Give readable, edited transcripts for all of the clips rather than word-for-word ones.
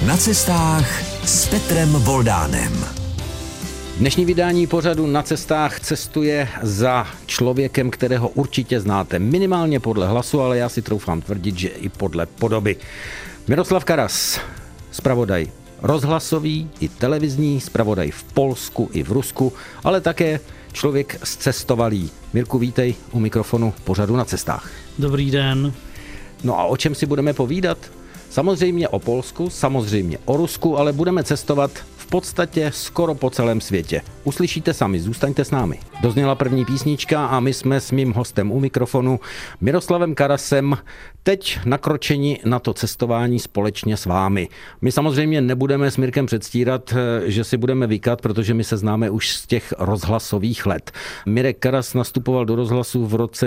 Na cestách s Petrem Voldánem. Dnešní vydání pořadu Na cestách cestuje za člověkem, kterého určitě znáte. Minimálně podle hlasu, ale já si troufám tvrdit, že i podle podoby. Miroslav Karas, zpravodaj rozhlasový i televizní, zpravodaj v Polsku i v Rusku, ale také člověk zcestovalý. Mirku, vítej u mikrofonu pořadu Na cestách. Dobrý den. No a o čem si budeme povídat? Samozřejmě o Polsku, samozřejmě o Rusku, ale budeme cestovat v podstatě skoro po celém světě. Uslyšíte sami, zůstaňte s námi. Dozněla první písnička a my jsme s mým hostem u mikrofonu Miroslavem Karasem teď nakročeni na to cestování společně s vámi. My samozřejmě nebudeme s Mirkem předstírat, že si budeme vykat, protože my se známe už z těch rozhlasových let. Mirek Karas nastupoval do rozhlasu v roce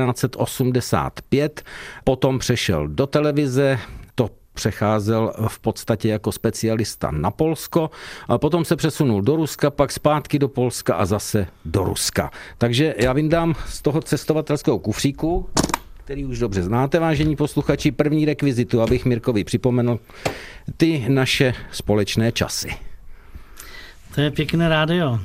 1985, potom přešel do televize, přecházel v podstatě jako specialista na Polsko a potom se přesunul do Ruska, pak zpátky do Polska a zase do Ruska. Takže já vyndám z toho cestovatelského kufříku, který už dobře znáte, vážení posluchači, první rekvizitu, abych Mirkovi připomenul ty naše společné časy. To je pěkné rádio.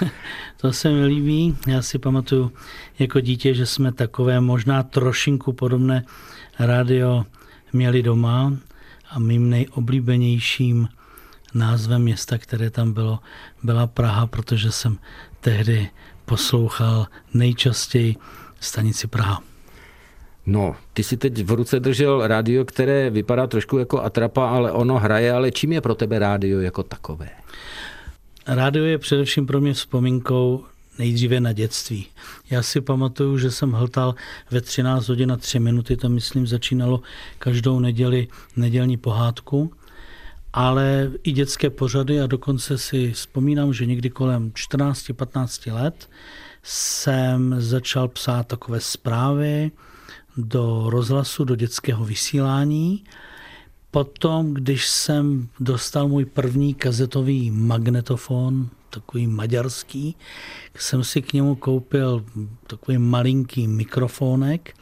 To se mi líbí. Já si pamatuju jako dítě, že jsme takové možná trošinku podobné rádio měli doma. A mým nejoblíbenějším názvem města, které tam bylo, byla Praha, protože jsem tehdy poslouchal nejčastěji stanici Praha. No, ty si teď v ruce držel rádio, které vypadá trošku jako atrapa, ale ono hraje, ale čím je pro tebe rádio jako takové? Rádio je především pro mě vzpomínkou nejdříve na dětství. Já si pamatuju, že jsem hltal ve 13 hodin a 3 minuty, to myslím začínalo každou nedělní pohádku, ale i dětské pořady a dokonce si vzpomínám, že někdy kolem 14-15 let jsem začal psát takové zprávy do rozhlasu, do dětského vysílání. Potom, když jsem dostal můj první kazetový magnetofon, takový maďarský, jsem si k němu koupil takový malinký mikrofonek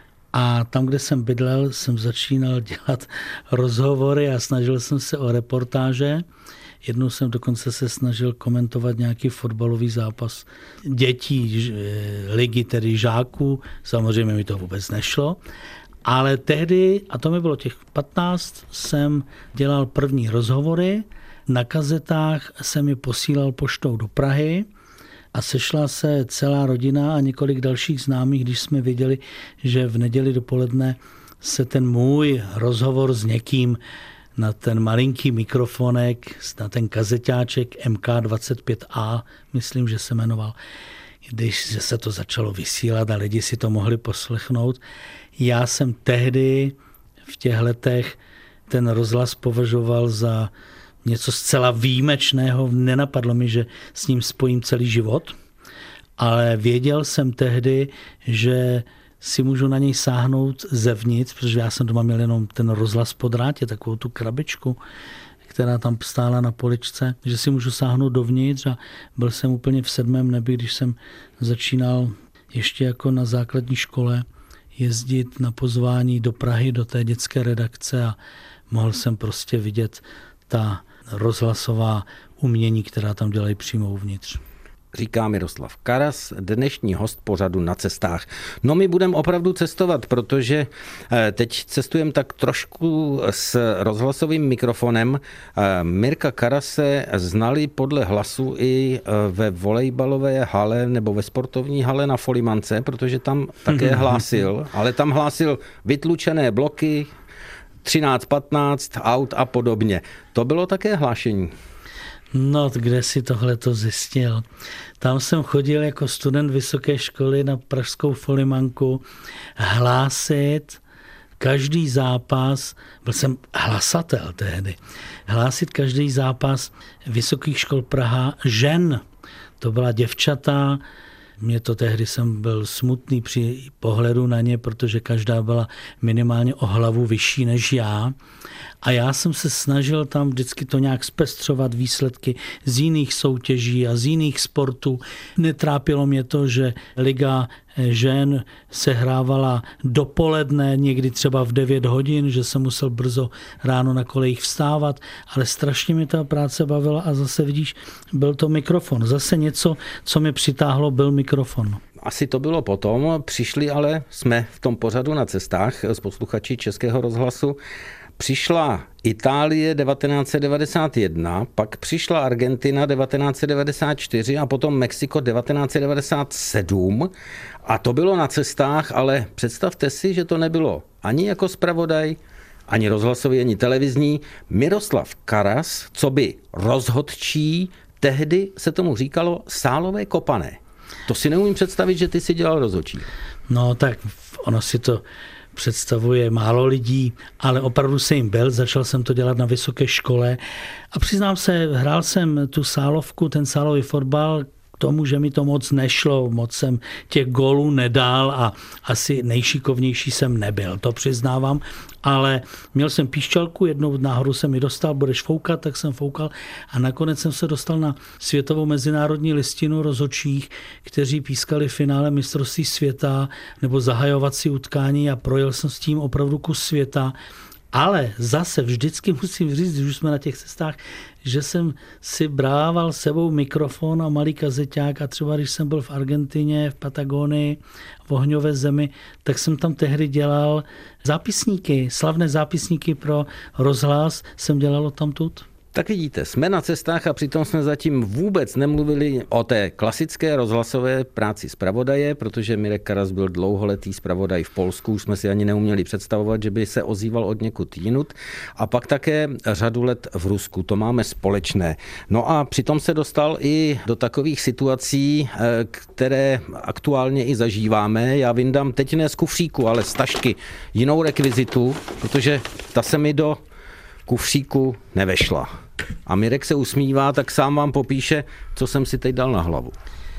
a tam, kde jsem bydlel, jsem začínal dělat rozhovory a snažil jsem se o reportáže. Jednou jsem dokonce se snažil komentovat nějaký fotbalový zápas dětí, ligy, tedy žáků. Samozřejmě mi to vůbec nešlo. Ale tehdy, a to mi bylo těch 15, jsem dělal první rozhovory. Na kazetách jsem je posílal poštou do Prahy a sešla se celá rodina a několik dalších známých, když jsme viděli, že v neděli dopoledne se ten můj rozhovor s někým na ten malinký mikrofonek, na ten kazeťáček MK25A, myslím, že se jmenoval, když se to začalo vysílat a lidi si to mohli poslechnout. Já jsem tehdy v těch letech ten rozhlas považoval za něco zcela výjimečného. Nenapadlo mi, že s ním spojím celý život, ale věděl jsem tehdy, že si můžu na něj sáhnout zevnitř, protože já jsem doma měl jenom ten rozhlas po drátě, takovou tu krabičku, která tam stála na poličce, že si můžu sáhnout dovnitř a byl jsem úplně v 7. nebi, když jsem začínal ještě jako na základní škole jezdit na pozvání do Prahy, do té dětské redakce a mohl jsem prostě vidět ta rozhlasová umění, která tam dělají přímo uvnitř. Říká Miroslav Karas, dnešní host pořadu Na cestách. No my budeme opravdu cestovat, protože teď cestujeme tak trošku s rozhlasovým mikrofonem. Mirka Karase znali podle hlasu i ve volejbalové hale nebo ve sportovní hale na Folimance, protože tam také hlásil, ale tam hlásil vytlučené bloky, 13-15, aut a podobně. To bylo také hlášení. No, kde si tohleto zjistil? Tam jsem chodil jako student vysoké školy na pražskou Folimanku hlásit každý zápas, byl jsem hlasatel tehdy, hlásit každý zápas vysokých škol Praha žen. To byla děvčata, mě to tehdy jsem byl smutný při pohledu na ně, protože každá byla minimálně o hlavu vyšší než já. A já jsem se snažil tam vždycky to nějak zpestřovat výsledky z jiných soutěží a z jiných sportů. Netrápilo mě to, že liga žen sehrávala dopoledne, někdy třeba v 9 hodin, že jsem musel brzo ráno na kolejích vstávat, ale strašně mi ta práce bavila a zase vidíš, byl to mikrofon. Zase něco, co mi přitáhlo, byl mikrofon. Asi to bylo potom, jsme v tom pořadu Na cestách s posluchači Českého rozhlasu. Přišla Itálie 1991, pak přišla Argentina 1994 a potom Mexiko 1997 a to bylo Na cestách, ale představte si, že to nebylo ani jako zpravodaj, ani rozhlasový, ani televizní. Miroslav Karas, coby rozhodčí, tehdy se tomu říkalo sálové kopané. To si neumím představit, že ty si dělal rozhodčí. No tak ono si to představuje málo lidí, ale opravdu jsem jim byl, začal jsem to dělat na vysoké škole a přiznám se, hrál jsem tu sálovku, ten sálový fotbal, k tomu, že mi to moc nešlo, moc jsem těch gólů nedal a asi nejšikovnější jsem nebyl, to přiznávám, ale měl jsem píšťalku, jednou náhodou jsem mi dostal, budeš foukat, tak jsem foukal a nakonec jsem se dostal na světovou mezinárodní listinu rozhodčích, kteří pískali finále mistrovství světa nebo zahajovací utkání a projel jsem s tím opravdu kus světa. Ale zase vždycky musím říct, když už jsme na těch cestách, že jsem si brával sebou mikrofon a malý kazeťák a třeba když jsem byl v Argentině, v Patagonii, v ohňové zemi, tak jsem tam tehdy dělal zápisníky, slavné zápisníky pro rozhlas jsem dělal odtamtud. Tak vidíte, jsme na cestách a přitom jsme zatím vůbec nemluvili o té klasické rozhlasové práci zpravodaje, protože Mirek Karas byl dlouholetý zpravodaj v Polsku, už jsme si ani neuměli představovat, že by se ozýval od někud jinut. A pak také řadu let v Rusku, to máme společné. No a přitom se dostal i do takových situací, které aktuálně i zažíváme. Já vyndám teď ne z kufříku, ale z tašky jinou rekvizitu, protože ta se mi do kufříku nevešla. A Mirek se usmívá, tak sám vám popíše, co jsem si teď dal na hlavu.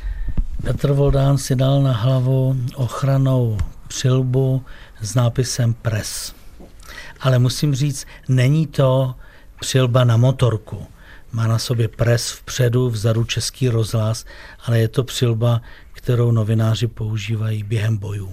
Petr Voldán si dal na hlavu ochrannou přilbu s nápisem Press. Ale musím říct, není to přilba na motorku. Má na sobě Press vpředu, vzadu Český rozhlas, ale je to přilba, kterou novináři používají během bojů.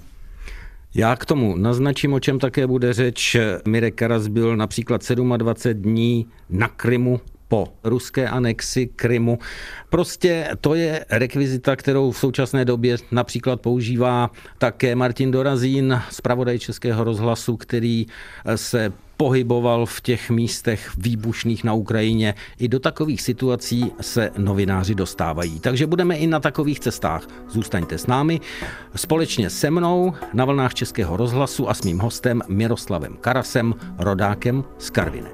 Já k tomu naznačím, o čem také bude řeč. Mirek Karas byl například 27 dní na Krymu po ruské anexi Krymu. Prostě to je rekvizita, kterou v současné době například používá také Martin Dorazín, zpravodaj Českého rozhlasu, který se pohyboval v těch místech výbušných na Ukrajině. I do takových situací se novináři dostávají. Takže budeme i na takových cestách. Zůstaňte s námi. Společně se mnou na vlnách Českého rozhlasu a s mým hostem Miroslavem Karasem, rodákem z Karviné.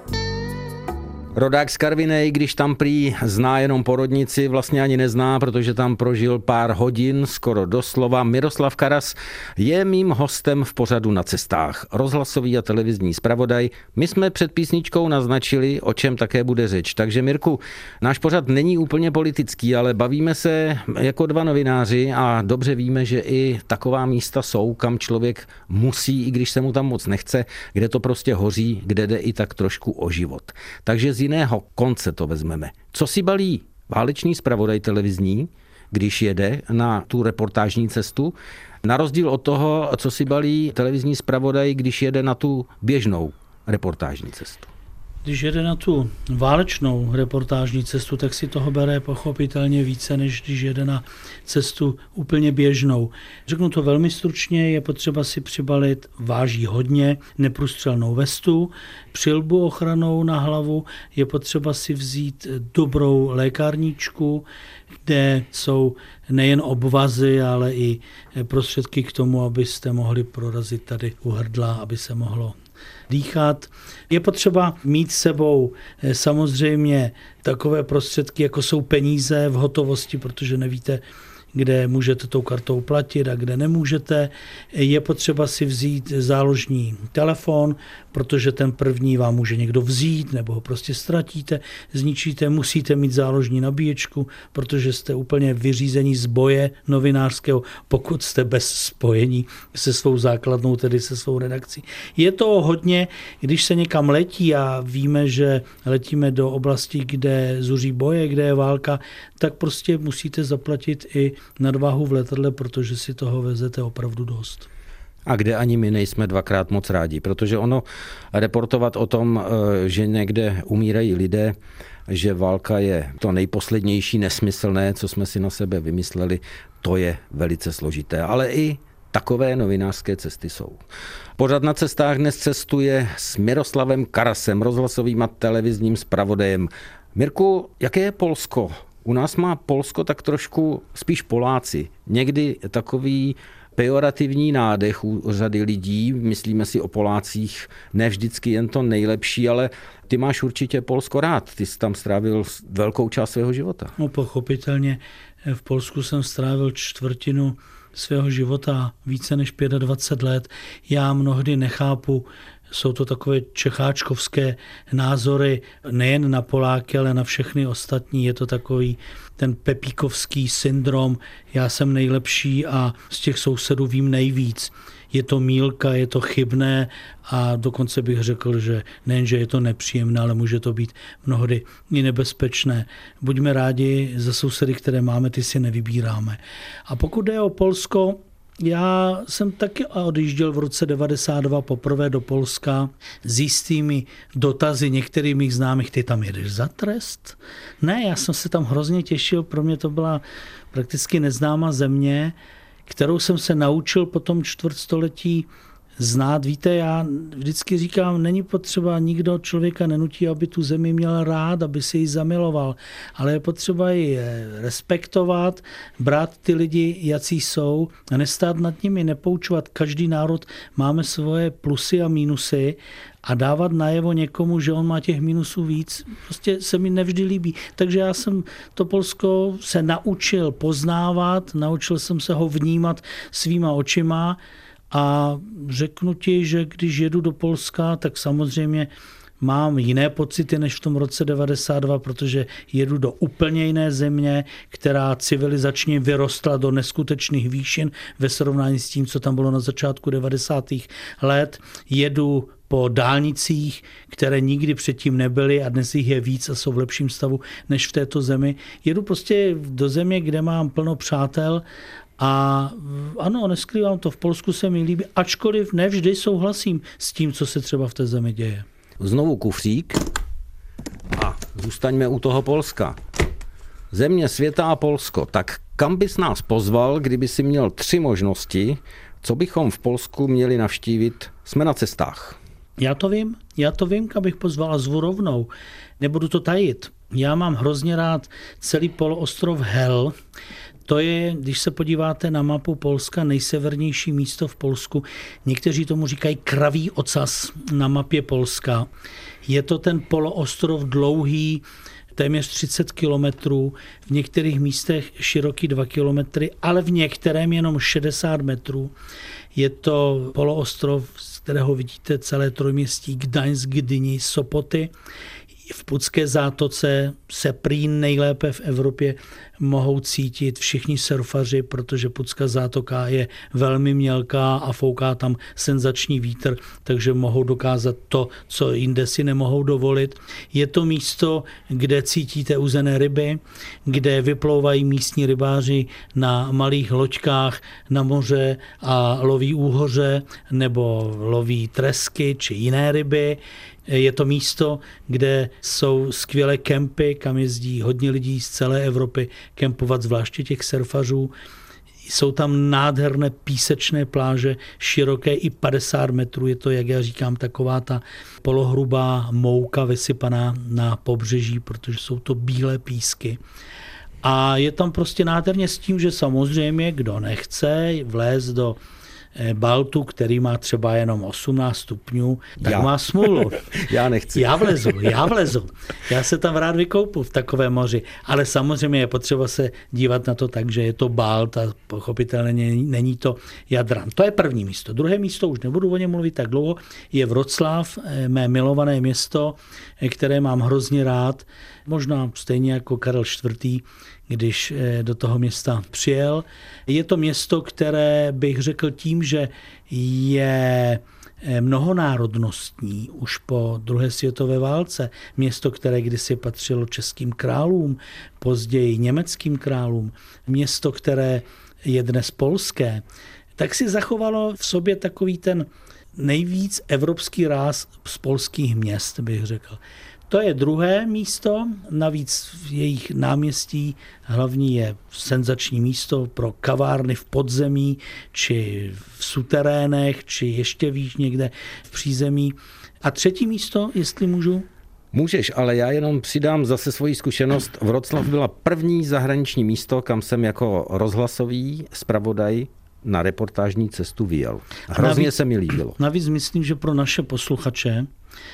Rodák z Karviné, i když tam prý zná jenom porodnici, vlastně ani nezná, protože tam prožil pár hodin, skoro doslova. Miroslav Karas je mým hostem v pořadu Na cestách. Rozhlasový a televizní zpravodaj. My jsme před písničkou naznačili, o čem také bude řeč. Takže Mirku, náš pořad není úplně politický, ale bavíme se jako dva novináři a dobře víme, že i taková místa jsou, kam člověk musí, i když se mu tam moc nechce, kde to prostě hoří, kde jde i tak trošku o život. Takže z jiného konce to vezmeme. Co si balí válečný zpravodaj televizní, když jede na tu reportážní cestu, na rozdíl od toho, co si balí televizní zpravodaj, když jede na tu běžnou reportážní cestu? Když jede na tu válečnou reportážní cestu, tak si toho bere pochopitelně více, než když jede na cestu úplně běžnou. Řeknu to velmi stručně, je potřeba si přibalit, váží hodně, neprůstřelnou vestu, přilbu ochranou na hlavu, je potřeba si vzít dobrou lékárničku, kde jsou nejen obvazy, ale i prostředky k tomu, abyste mohli prorazit tady u hrdla, aby se mohlo dýchat. Je potřeba mít s sebou samozřejmě takové prostředky, jako jsou peníze v hotovosti, protože nevíte, kde můžete tou kartou platit a kde nemůžete. Je potřeba si vzít záložní telefon, protože ten první vám může někdo vzít, nebo ho prostě ztratíte, zničíte, musíte mít záložní nabíječku, protože jste úplně vyřízení z boje novinářského, pokud jste bez spojení se svou základnou, tedy se svou redakcí. Je to hodně, když se někam letí a víme, že letíme do oblasti, kde zuří boje, kde je válka, tak prostě musíte zaplatit i nadváhu v letadle, protože si toho vezete opravdu dost. A kde ani my nejsme dvakrát moc rádi, protože ono reportovat o tom, že někde umírají lidé, že válka je to nejposlednější nesmyslné, co jsme si na sebe vymysleli, to je velice složité, ale i takové novinářské cesty jsou. Pořad Na cestách dnes cestuje s Miroslavem Karasem, rozhlasovým a televizním zpravodajem. Mirku, jaké je Polsko? U nás má Polsko tak trošku spíš Poláci. Někdy takový pejorativní nádech u řady lidí, myslíme si o Polácích, ne vždycky jen to nejlepší, ale ty máš určitě Polsko rád. Ty jsi tam strávil velkou část svého života. No pochopitelně, v Polsku jsem strávil čtvrtinu svého života, více než 25 let. Já mnohdy nechápu, jsou to takové čecháčkovské názory nejen na Poláky, ale na všechny ostatní. Je to takový ten pepíkovský syndrom, já jsem nejlepší a z těch sousedů vím nejvíc. Je to mýlka, je to chybné a dokonce bych řekl, že nejenže je to nepříjemné, ale může to být mnohdy i nebezpečné. Buďme rádi za sousedy, které máme, ty si nevybíráme. A pokud jde o Polsko, já jsem taky odjížděl v roce 92 poprvé do Polska s jistými dotazy některých mých známých, ty tam jedeš za trest? Ne, já jsem se tam hrozně těšil, pro mě to byla prakticky neznámá země, kterou jsem se naučil po tom čtvrtstoletí znát. Víte, já vždycky říkám, není potřeba, nikdo člověka nenutí, aby tu zemi měl rád, aby si ji zamiloval, ale je potřeba ji respektovat, brát ty lidi, jací jsou a nestát nad nimi, nepoučovat. Každý národ máme svoje plusy a mínusy a dávat najevo někomu, že on má těch minusů víc, prostě se mi nevždy líbí. Takže já jsem to Polsko se naučil poznávat, naučil jsem se ho vnímat svýma očima. A řeknu ti, že když jedu do Polska, tak samozřejmě mám jiné pocity než v tom roce 92, protože jedu do úplně jiné země, která civilizačně vyrostla do neskutečných výšin ve srovnání s tím, co tam bylo na začátku 90. let. Jedu po dálnicích, které nikdy předtím nebyly a dnes jich je víc a jsou v lepším stavu než v této zemi. Jedu prostě do země, kde mám plno přátel. A ano, neskrývám to, v Polsku se mi líbí, ačkoliv nevždy souhlasím s tím, co se třeba v té zemi děje. Znovu kufřík a zůstaňme u toho Polska. Země světa a Polsko. Tak kam bys nás pozval, kdyby si měl 3 možnosti, co bychom v Polsku měli navštívit? Jsme na cestách. Já to vím, kam bych pozval a zvu rovnou. Nebudu to tajit. Já mám hrozně rád celý poloostrov Hel. To je, když se podíváte na mapu Polska, nejsevernější místo v Polsku. Někteří tomu říkají Kraví ocas na mapě Polska. Je to ten poloostrov dlouhý, téměř 30 kilometrů, v některých místech široký 2 kilometry, ale v některém jenom 60 metrů. Je to poloostrov, z kterého vidíte celé trojměstí Gdaňsk, Gdyni, Sopoty. V Pucké zátoce se prý nejlépe v Evropě mohou cítit všichni surfaři, protože Pucká zátoka je velmi mělká a fouká tam senzační vítr, takže mohou dokázat to, co jinde si nemohou dovolit. Je to místo, kde cítíte uzené ryby, kde vyplouvají místní rybáři na malých loďkách na moře a loví úhoře nebo loví tresky či jiné ryby. Je to místo, kde jsou skvělé kempy, kam jezdí hodně lidí z celé Evropy kempovat, zvláště těch surfařů. Jsou tam nádherné písečné pláže, široké i 50 metrů. Je to, jak já říkám, taková ta polohrubá mouka vysypaná na pobřeží, protože jsou to bílé písky. A je tam prostě nádherně s tím, že samozřejmě, kdo nechce vlézt do Baltu, který má třeba jenom 18 stupňů, tak má smůlu. Já nechci. Já vlezu. Já se tam rád vykoupu v takové moři. Ale samozřejmě je potřeba se dívat na to tak, že je to Balt a pochopitelně není to Jadran. To je první místo. Druhé místo, už nebudu o něm mluvit tak dlouho, je Vroclav, mé milované město, které mám hrozně rád. Možná stejně jako Karel IV., když do toho města přijel. Je to město, které bych řekl tím, že je mnohonárodnostní už po druhé světové válce. Město, které kdysi patřilo českým králům, později německým králům. Město, které je dnes polské, tak si zachovalo v sobě takový ten nejvíc evropský ráz z polských měst, bych řekl. To je druhé místo, navíc v jejich náměstí hlavní je senzační místo pro kavárny v podzemí, či v suterénech, či ještě výš někde v přízemí. A třetí místo, jestli můžu? Můžeš, ale já jenom přidám zase svoji zkušenost. Vroclav byla první zahraniční místo, kam jsem jako rozhlasový zpravodaj na reportážní cestu vyjel. Hrozně se mi líbilo. Navíc myslím, že pro naše posluchače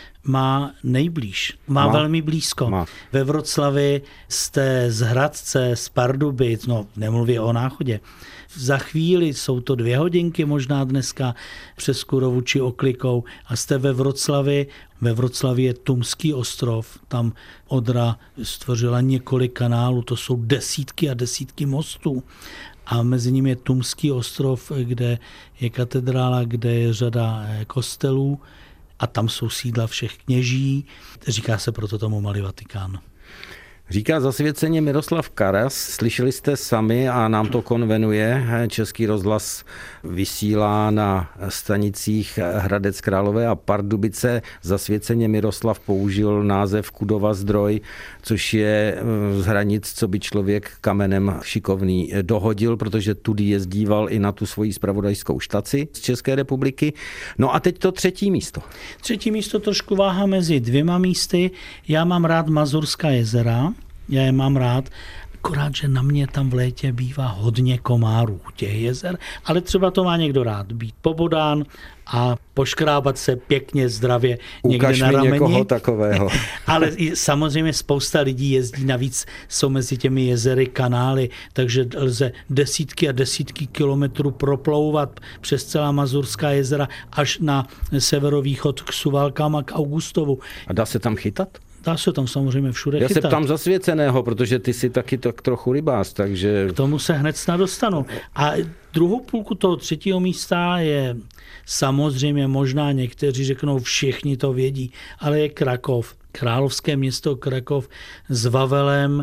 má nejblíž, má velmi blízko. Má. Ve Vroclavi jste z Hradce, z Pardubic, nemluví o Náchodě. Za chvíli jsou to 2 hodinky možná dneska přes Kurovu či Oklikou a jste ve Vroclavi. Ve Vroclavi je Tumský ostrov, tam Odra stvořila několik kanálů, to jsou desítky a desítky mostů. A mezi nimi je Tumský ostrov, kde je katedrála, kde je řada kostelů a tam jsou sídla všech kněží. Říká se proto tomu Malý Vatikán. Říká zasvěceně Miroslav Karas, slyšeli jste sami a nám to konvenuje. Český rozhlas vysílá na stanicích Hradec Králové a Pardubice. Zasvěceně Miroslav použil název Kudova zdroj, což je z hranic, co by člověk kamenem šikovný dohodil, protože tudy jezdíval i na tu svoji zpravodajskou štaci z České republiky. No a teď to třetí místo. Třetí místo trošku váha mezi 2 místy. Já mám rád Mazurská jezera. Já je mám rád, akorát, že na mě tam v létě bývá hodně komárů těch jezer, ale třeba to má někdo rád, být pobodán a poškrábat se pěkně zdravě někde Ukaž na rameni. Někoho takového. Ale samozřejmě spousta lidí jezdí, navíc jsou mezi těmi jezery kanály, takže lze desítky a desítky kilometrů proplouvat přes celá Mazurská jezera až na severovýchod k Suvalkám a k Augustovu. A dá se tam chytat? Dá se tam samozřejmě všude chytat. Já se ptám zasvěceného, protože ty jsi taky tak trochu rybář, takže... K tomu se hned snad dostanu. A druhou půlku toho třetího místa je samozřejmě, možná někteří řeknou, všichni to vědí, ale je Krakov. Královské město Krakov s Vavelem,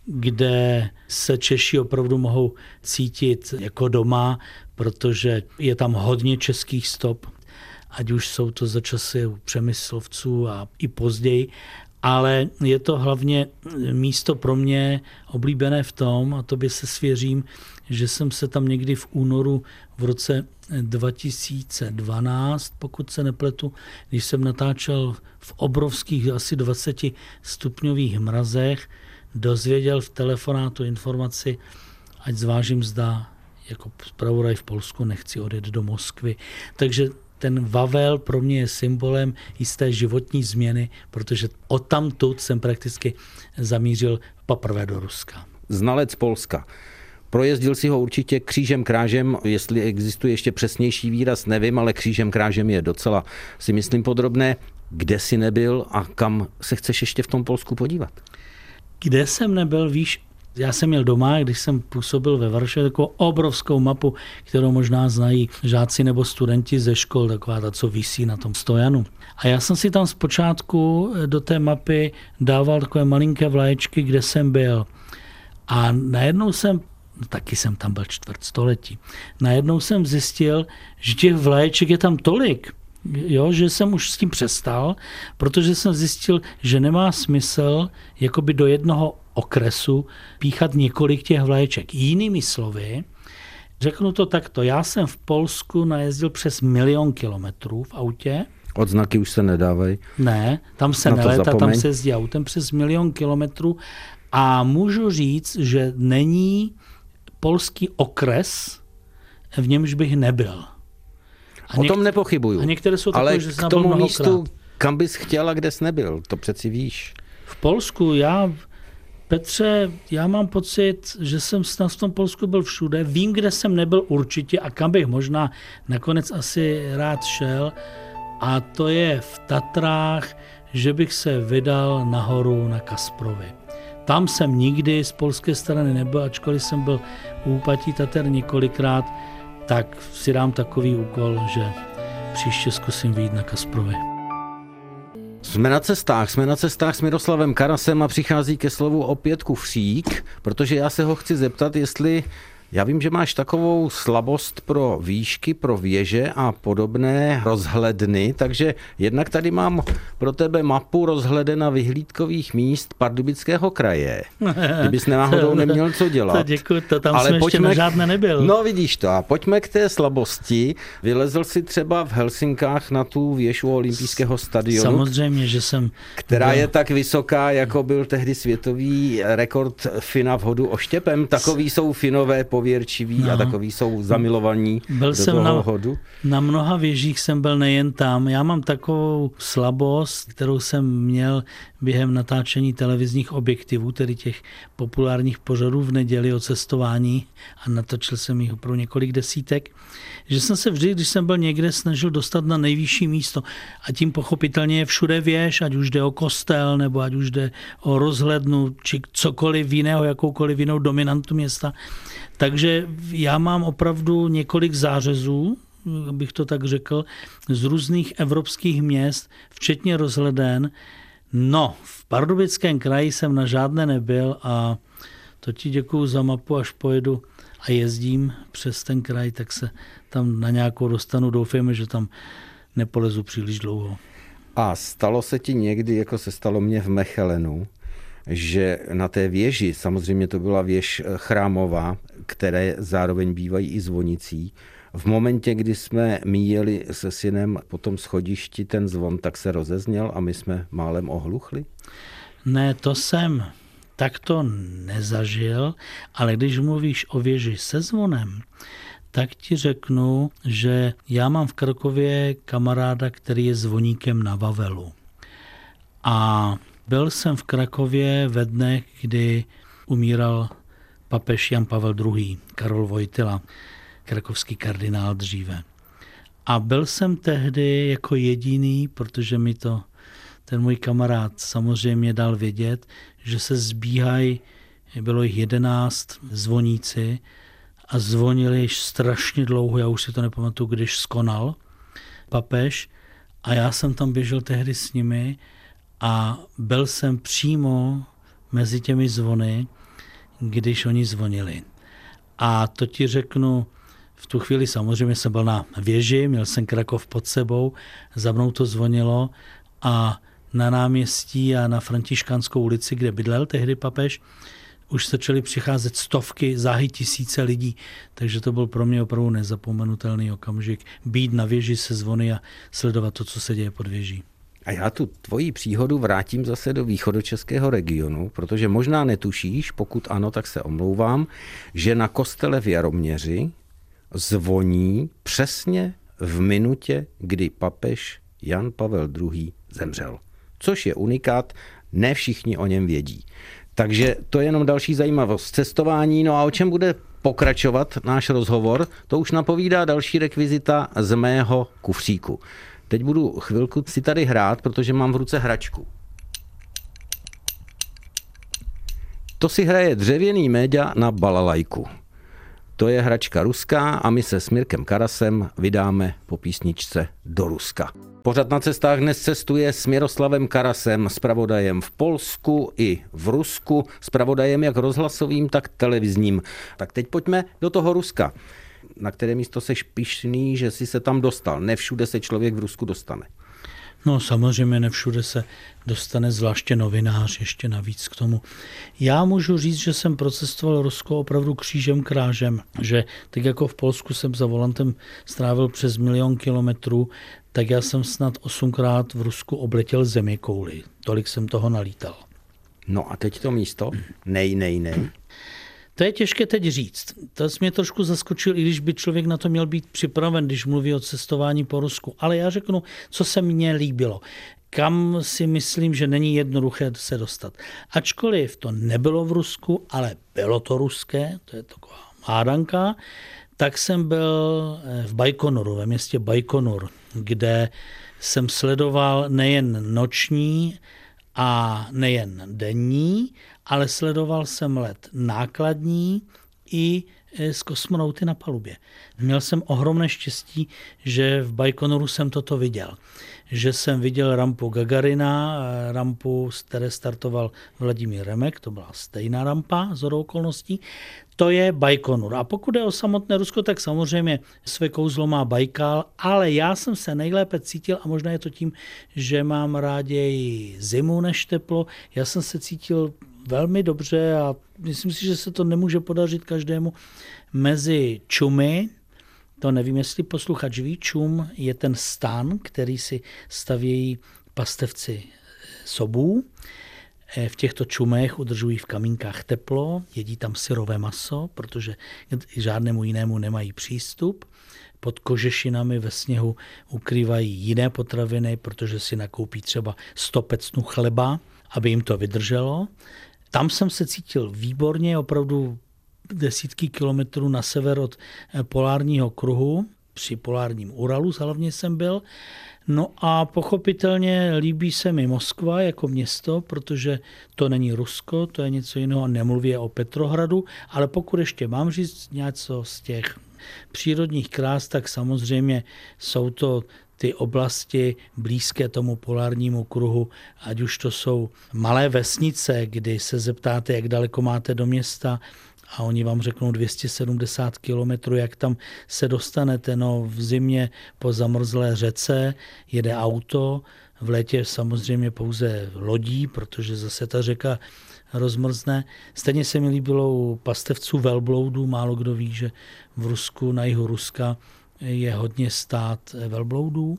kde se Češi opravdu mohou cítit jako doma, protože je tam hodně českých stop, ať už jsou to za časy Přemyslovců a i později. Ale je to hlavně místo pro mě oblíbené v tom, a tobě se svěřím, že jsem se tam někdy v únoru v roce 2012, pokud se nepletu, když jsem natáčel v obrovských asi 20 stupňových mrazech, dozvěděl v telefonátu informaci, ať zvážím, zda jako zpravodaj v Polsku nechci odjet do Moskvy. Takže ten Vavel pro mě je symbolem jisté životní změny, protože odtamtud jsem prakticky zamířil poprvé do Ruska. Znalec Polska. Projezdil si ho určitě křížem krážem, jestli existuje ještě přesnější výraz, nevím, ale křížem krážem je docela, si myslím, podrobné. Kde jsi nebyl a kam se chceš ještě v tom Polsku podívat? Kde jsem nebyl, víš, já jsem měl doma, když jsem působil ve Varšavě, takovou obrovskou mapu, kterou možná znají žáci nebo studenti ze škol, taková ta, co visí na tom stojanu. A já jsem si tam zpočátku do té mapy dával takové malinké vlaječky, kde jsem byl. A najednou taky jsem tam byl 400 let. Najednou jsem zjistil, že těch vlaječek je tam tolik, že jsem už s tím přestal, protože jsem zjistil, že nemá smysl jakoby do jednoho okresu píchat několik těch vlaječek. Jinými slovy, řeknu to takto, já jsem v Polsku najezdil přes 1 000 000 kilometrů v autě. Odznaky už se nedávají. Ne, tam se nelétá, tam se jezdí autem přes 1 000 000 kilometrů a můžu říct, že není polský okres, v němž bych nebyl. O tom nepochybuju. A některé jsou takové, ale že k tomu místu, kam bys chtěl a kde jsi nebyl, to přeci víš. V Polsku, Petře, já mám pocit, že jsem snad v tom Polsku byl všude. Vím, kde jsem nebyl určitě a kam bych možná nakonec asi rád šel. A to je v Tatrách, že bych se vydal nahoru na Kasprovi. Tam jsem nikdy z polské strany nebyl, ačkoliv jsem byl u úpatí Tater několikrát, tak si dám takový úkol, že příště zkusím vyjít na Kasprovi. Jsme na cestách s Miroslavem Karasem a přichází ke slovu opět kufřík, protože já se ho chci zeptat, jestli... Já vím, že máš takovou slabost pro výšky, pro věže a podobné rozhledny, takže jednak tady mám pro tebe mapu rozhleden a vyhlídkových míst Pardubického kraje. Kdybys náhodou neměl co dělat. To děkuji, to tam jsem ještě na žádné nebyl. No vidíš to a pojďme k té slabosti. Vylezl jsi třeba v Helsinkách na tu věž u olympijského stadionu. Samozřejmě, že jsem... Která je tak vysoká, jako byl tehdy světový rekord Fina v hodu oštěpem. Takový jsou Finové pověrčiví a takový jsou zamilovaní byl do toho hodu. Na mnoha věžích jsem byl nejen tam. Já mám takovou slabost, kterou jsem měl během natáčení televizních objektivů, tedy těch populárních pořadů v neděli o cestování a natočil jsem jich opravdu několik desítek, že jsem se vždy, když jsem byl někde, snažil dostat na nejvyšší místo a tím pochopitelně je všude věž, ať už jde o kostel, nebo ať už jde o rozhlednu, či cokoliv jiného, jakoukoliv jinou dominantu města. Takže já mám opravdu několik zářezů, bych to tak řekl, z různých evropských měst, včetně rozhleden. No, v Pardubickém kraji jsem na žádné nebyl a to ti děkuju za mapu, až pojedu a jezdím přes ten kraj, tak se tam na nějakou dostanu. Doufejme, že tam nepolezu příliš dlouho. A stalo se ti někdy, jako se stalo mně v Mechelenu, že na té věži, samozřejmě to byla věž chrámová, které zároveň bývají i zvonicí, v momentě, kdy jsme míjeli se synem po tom schodišti ten zvon, tak se rozezněl a my jsme málem ohluchli? Ne, to jsem takto nezažil, ale když mluvíš o věži se zvonem, tak ti řeknu, že já mám v Krakově kamaráda, který je zvoníkem na Vavelu. A byl jsem v Krakově ve dnech, kdy umíral papež Jan Pavel II., Karol Wojtyla, krakovský kardinál dříve. A byl jsem tehdy jako jediný, protože mi to ten můj kamarád samozřejmě dal vědět, že se zbíhají, bylo jich 11 zvoníci a zvonili již strašně dlouho, já už si to nepamatuju, když skonal papež a já jsem tam běžel tehdy s nimi a byl jsem přímo mezi těmi zvony, když oni zvonili. A to ti řeknu, v tu chvíli samozřejmě jsem byl na věži, měl jsem Krakov pod sebou, za mnou to zvonilo a na náměstí a na Františkánskou ulici, kde bydlel tehdy papež, už začaly přicházet stovky, záhy tisíce lidí, takže to byl pro mě opravdu nezapomenutelný okamžik být na věži se zvony a sledovat to, co se děje pod věží. A já tu tvoji příhodu vrátím zase do východočeského regionu, protože možná netušíš, pokud ano, tak se omlouvám, že na kostele v Jaroměři zvoní přesně v minutě, kdy papež Jan Pavel II. Zemřel. Což je unikát, ne všichni o něm vědí. Takže to je jenom další zajímavost cestování. No a o čem bude pokračovat náš rozhovor, to už napovídá další rekvizita z mého kufříku. Teď budu chvilku si tady hrát, protože mám v ruce hračku. To si hraje dřevěný méďa na balalajku. To je hračka ruská a my se s Mirkem Karasem vydáme po písničce do Ruska. Pořad na cestách dnes cestuje s Miroslavem Karasem, zpravodajem v Polsku i v Rusku, zpravodajem jak rozhlasovým, tak televizním. Tak teď pojďme do toho Ruska. Na které místo seš pyšný, že jsi se tam dostal? Ne všude se člověk v Rusku dostane. No samozřejmě ne všude se dostane, zvláště novinář, ještě navíc k tomu. Já můžu říct, že jsem procestoval Rusko opravdu křížem krážem, že tak jako v Polsku jsem za volantem strávil přes 1 000 000 kilometrů, tak já jsem snad 8krát v Rusku obletěl zeměkouli. Tolik jsem toho nalítal. No a teď to místo? Nej. To je těžké teď říct. To mě trošku zaskočil, i když by člověk na to měl být připraven, když mluví o cestování po Rusku. Ale já řeknu, co se mně líbilo. Kam si myslím, že není jednoduché se dostat. Ačkoliv to nebylo v Rusku, ale bylo to ruské, to je taková hádanka, tak jsem byl v Bajkonuru, ve městě Bajkonur, kde jsem sledoval nejen noční a nejen denní, ale sledoval jsem let nákladní i s kosmonauty na palubě. Měl jsem ohromné štěstí, že v Bajkonuru jsem toto viděl. Že jsem viděl rampu Gagarina, rampu, z které startoval Vladimír Remek, to byla stejná rampa shodou okolností. To je Bajkonur. A pokud je o samotné Rusko, tak samozřejmě své kouzlo má Bajkal, ale já jsem se nejlépe cítil, a možná je to tím, že mám ráději zimu než teplo, já jsem se cítil velmi dobře a myslím si, že se to nemůže podařit každému mezi čumy. To nevím, jestli posluchač ví, čum je ten stan, který si stavějí pastevci sobů. V těchto čumech udržují v kamínkách teplo, jedí tam syrové maso, protože žádnému jinému nemají přístup. Pod kožešinami ve sněhu ukrývají jiné potraviny, protože si nakoupí třeba 100 pecnů chleba, aby jim to vydrželo. Tam jsem se cítil výborně, opravdu desítky kilometrů na sever od polárního kruhu, při polárním Uralu hlavně jsem byl. No a pochopitelně líbí se mi Moskva jako město, protože to není Rusko, to je něco jiného, nemluví o Petrohradu, ale pokud ještě mám říct něco z těch přírodních krás, tak samozřejmě jsou to ty oblasti blízké tomu polárnímu kruhu, ať už to jsou malé vesnice, kdy se zeptáte, jak daleko máte do města, a oni vám řeknou 270 kilometrů, jak tam se dostanete. No, v zimě po zamrzlé řece jede auto, v létě samozřejmě pouze lodí, protože zase ta řeka rozmrzne. Stejně se mi líbilo u pastevců velbloudů, málo kdo ví, že v Rusku, na jihu Ruska je hodně stát velbloudů.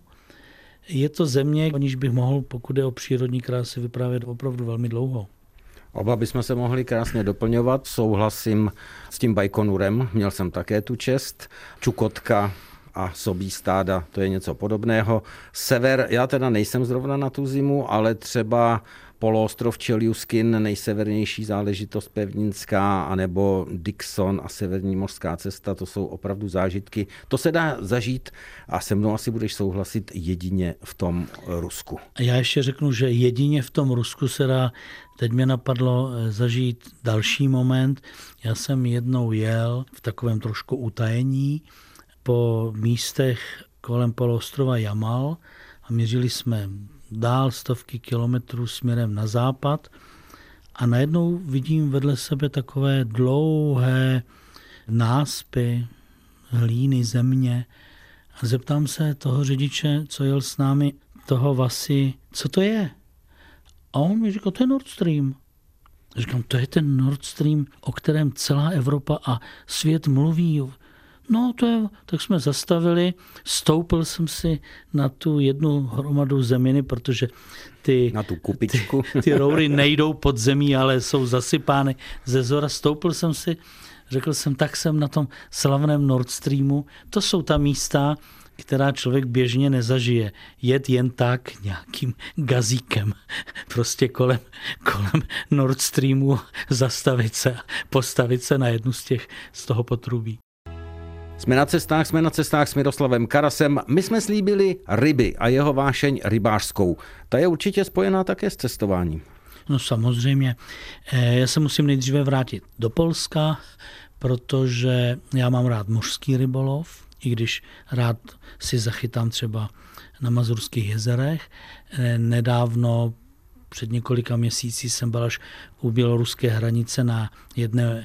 Je to země, o níž bych mohl, pokud je o přírodní krásy, vyprávět opravdu velmi dlouho. Oba bychom se mohli krásně doplňovat, souhlasím s tím Bajkonurem, měl jsem také tu čest. Čukotka a sobí stáda, to je něco podobného. Sever, já teda nejsem zrovna na tu zimu, ale třeba poloostrov Čeljuskin, nejsevernější záležitost pevninská, anebo Dixon a severní mořská cesta, to jsou opravdu zážitky. To se dá zažít a se mnou asi budeš souhlasit jedině v tom Rusku. Já ještě řeknu, že jedině v tom Rusku se dá, teď mě napadlo zažít další moment. Já jsem jednou jel v takovém trošku utajení po místech kolem poloostrova Jamal a měřili jsme dál stovky kilometrů směrem na západ a najednou vidím vedle sebe takové dlouhé náspy, hlíny, země a zeptám se toho řidiče, co jel s námi, toho Vasy, co to je? A on mi říkal, to je Nord Stream. Říkám, to je ten Nord Stream, o kterém celá Evropa a svět mluví. No to je, tak jsme zastavili, stoupil jsem si na tu jednu hromadu zeminy, protože na tu kupičku. Ty roury nejdou pod zemí, ale jsou zasypány ze zhora. Stoupil jsem si, řekl jsem, tak jsem na tom slavném Nord Streamu. To jsou ta místa, která člověk běžně nezažije. Jet jen tak nějakým gazíkem. Prostě kolem Nord Streamu zastavit se, postavit se na jednu z toho potrubí. Jsme na cestách s Miroslavem Karasem. My jsme slíbili ryby a jeho vášeň rybářskou. Ta je určitě spojená také s cestováním. No samozřejmě. Já se musím nejdříve vrátit do Polska, protože já mám rád mořský rybolov, i když rád si zachytám třeba na Mazurských jezerech. Nedávno, před několika měsíci, jsem byl až u běloruské hranice na jedné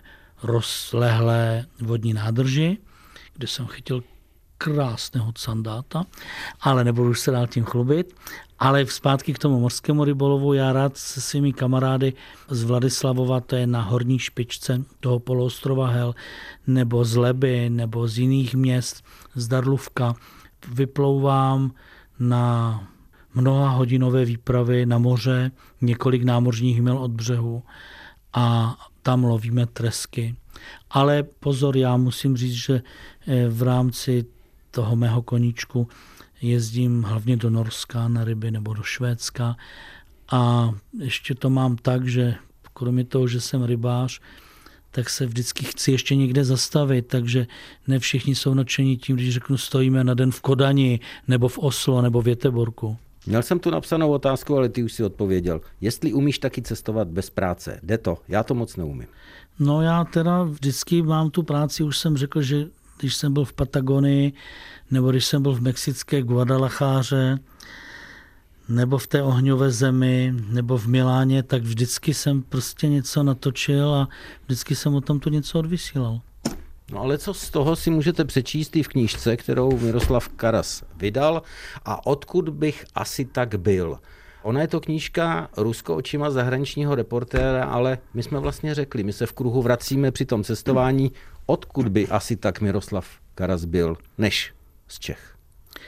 rozlehlé vodní nádrži, kde jsem chytil krásného sandáta, ale nebudu už se dál tím chlubit. Ale zpátky k tomu mořskému rybolovu, já rád se svými kamarády z Vladislavova, to je na horní špičce toho poloostrova Hel, nebo z Leby, nebo z jiných měst, z Darluvka, vyplouvám na mnoha hodinové výpravy na moře, několik námořních mil od břehu a tam lovíme tresky. Ale pozor, já musím říct, že v rámci toho mého koníčku jezdím hlavně do Norska na ryby nebo do Švédska a ještě to mám tak, že kromě toho, že jsem rybář, tak se vždycky chci ještě někde zastavit, takže ne všichni jsou nadšení tím, když řeknu, stojíme na den v Kodani, nebo v Oslo, nebo v Göteborgu. Měl jsem tu napsanou otázku, ale ty už si odpověděl. Jestli umíš taky cestovat bez práce, jde to? Já to moc neumím. No já teda vždycky mám tu práci, už jsem řekl, že když jsem byl v Patagonii, nebo když jsem byl v mexické Guadalajáře, nebo v té ohňové zemi, nebo v Miláně, tak vždycky jsem prostě něco natočil a vždycky jsem o tom tu něco odvysílal. No ale co z toho si můžete přečíst i v knížce, kterou Miroslav Karas vydal a odkud bych asi tak byl. Ona je to knížka Rusko očima zahraničního reportéra, ale my jsme vlastně řekli, my se v kruhu vracíme při tom cestování, odkud by asi tak Miroslav Karas byl, než z Čech.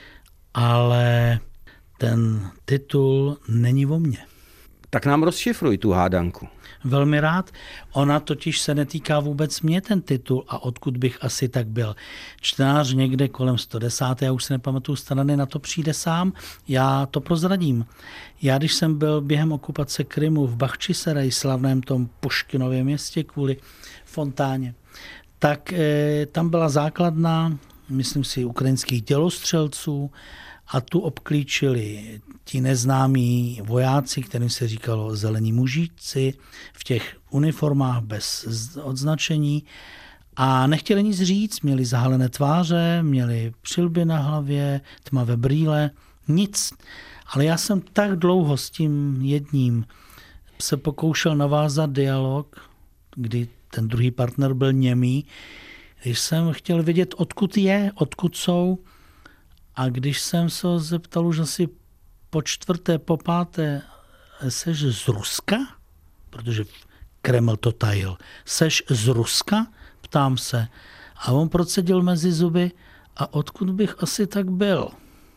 Ale ten titul není o mně. Tak nám rozšifruj tu hádanku. Velmi rád. Ona totiž se netýká vůbec mě ten titul a odkud bych asi tak byl. Čtenář někde kolem 110. Já už si nepamatuju strany, na to přijde sám. Já to prozradím. Já když jsem byl během okupace Krymu v Bachčisaraj, slavném tom Puškinově městě kvůli fontáně, tak tam byla základna, myslím si, ukrajinských dělostřelců a tu obklíčili ti neznámí vojáci, kterým se říkalo zelení mužíci, v těch uniformách bez odznačení a nechtěli nic říct, měli zahalené tváře, měli přilby na hlavě, tmavé brýle, nic. Ale já jsem tak dlouho s tím jedním se pokoušel navázat dialog, kdy ten druhý partner byl němý, když jsem chtěl vědět, odkud je, odkud jsou. A když jsem se ho zeptal už asi po čtvrté, po páté, seš z Ruska? Protože Kreml to tajil. Seš z Ruska? Ptám se. A on procedil mezi zuby, a odkud bych asi tak byl?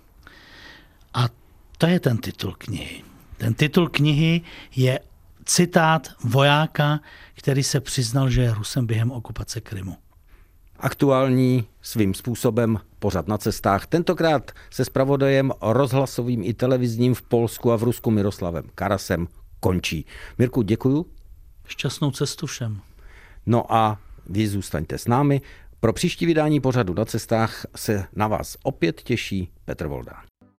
A to je ten titul knihy. Ten titul knihy je citát vojáka, který se přiznal, že je Rusem během okupace Krymu. Aktuální svým způsobem pořad na cestách, tentokrát se zpravodajem rozhlasovým i televizním v Polsku a v Rusku Miroslavem Karasem končí. Mirku, děkuju. Šťastnou cestu všem. No a vy zůstaňte s námi. Pro příští vydání pořadu na cestách se na vás opět těší Petr Voldán.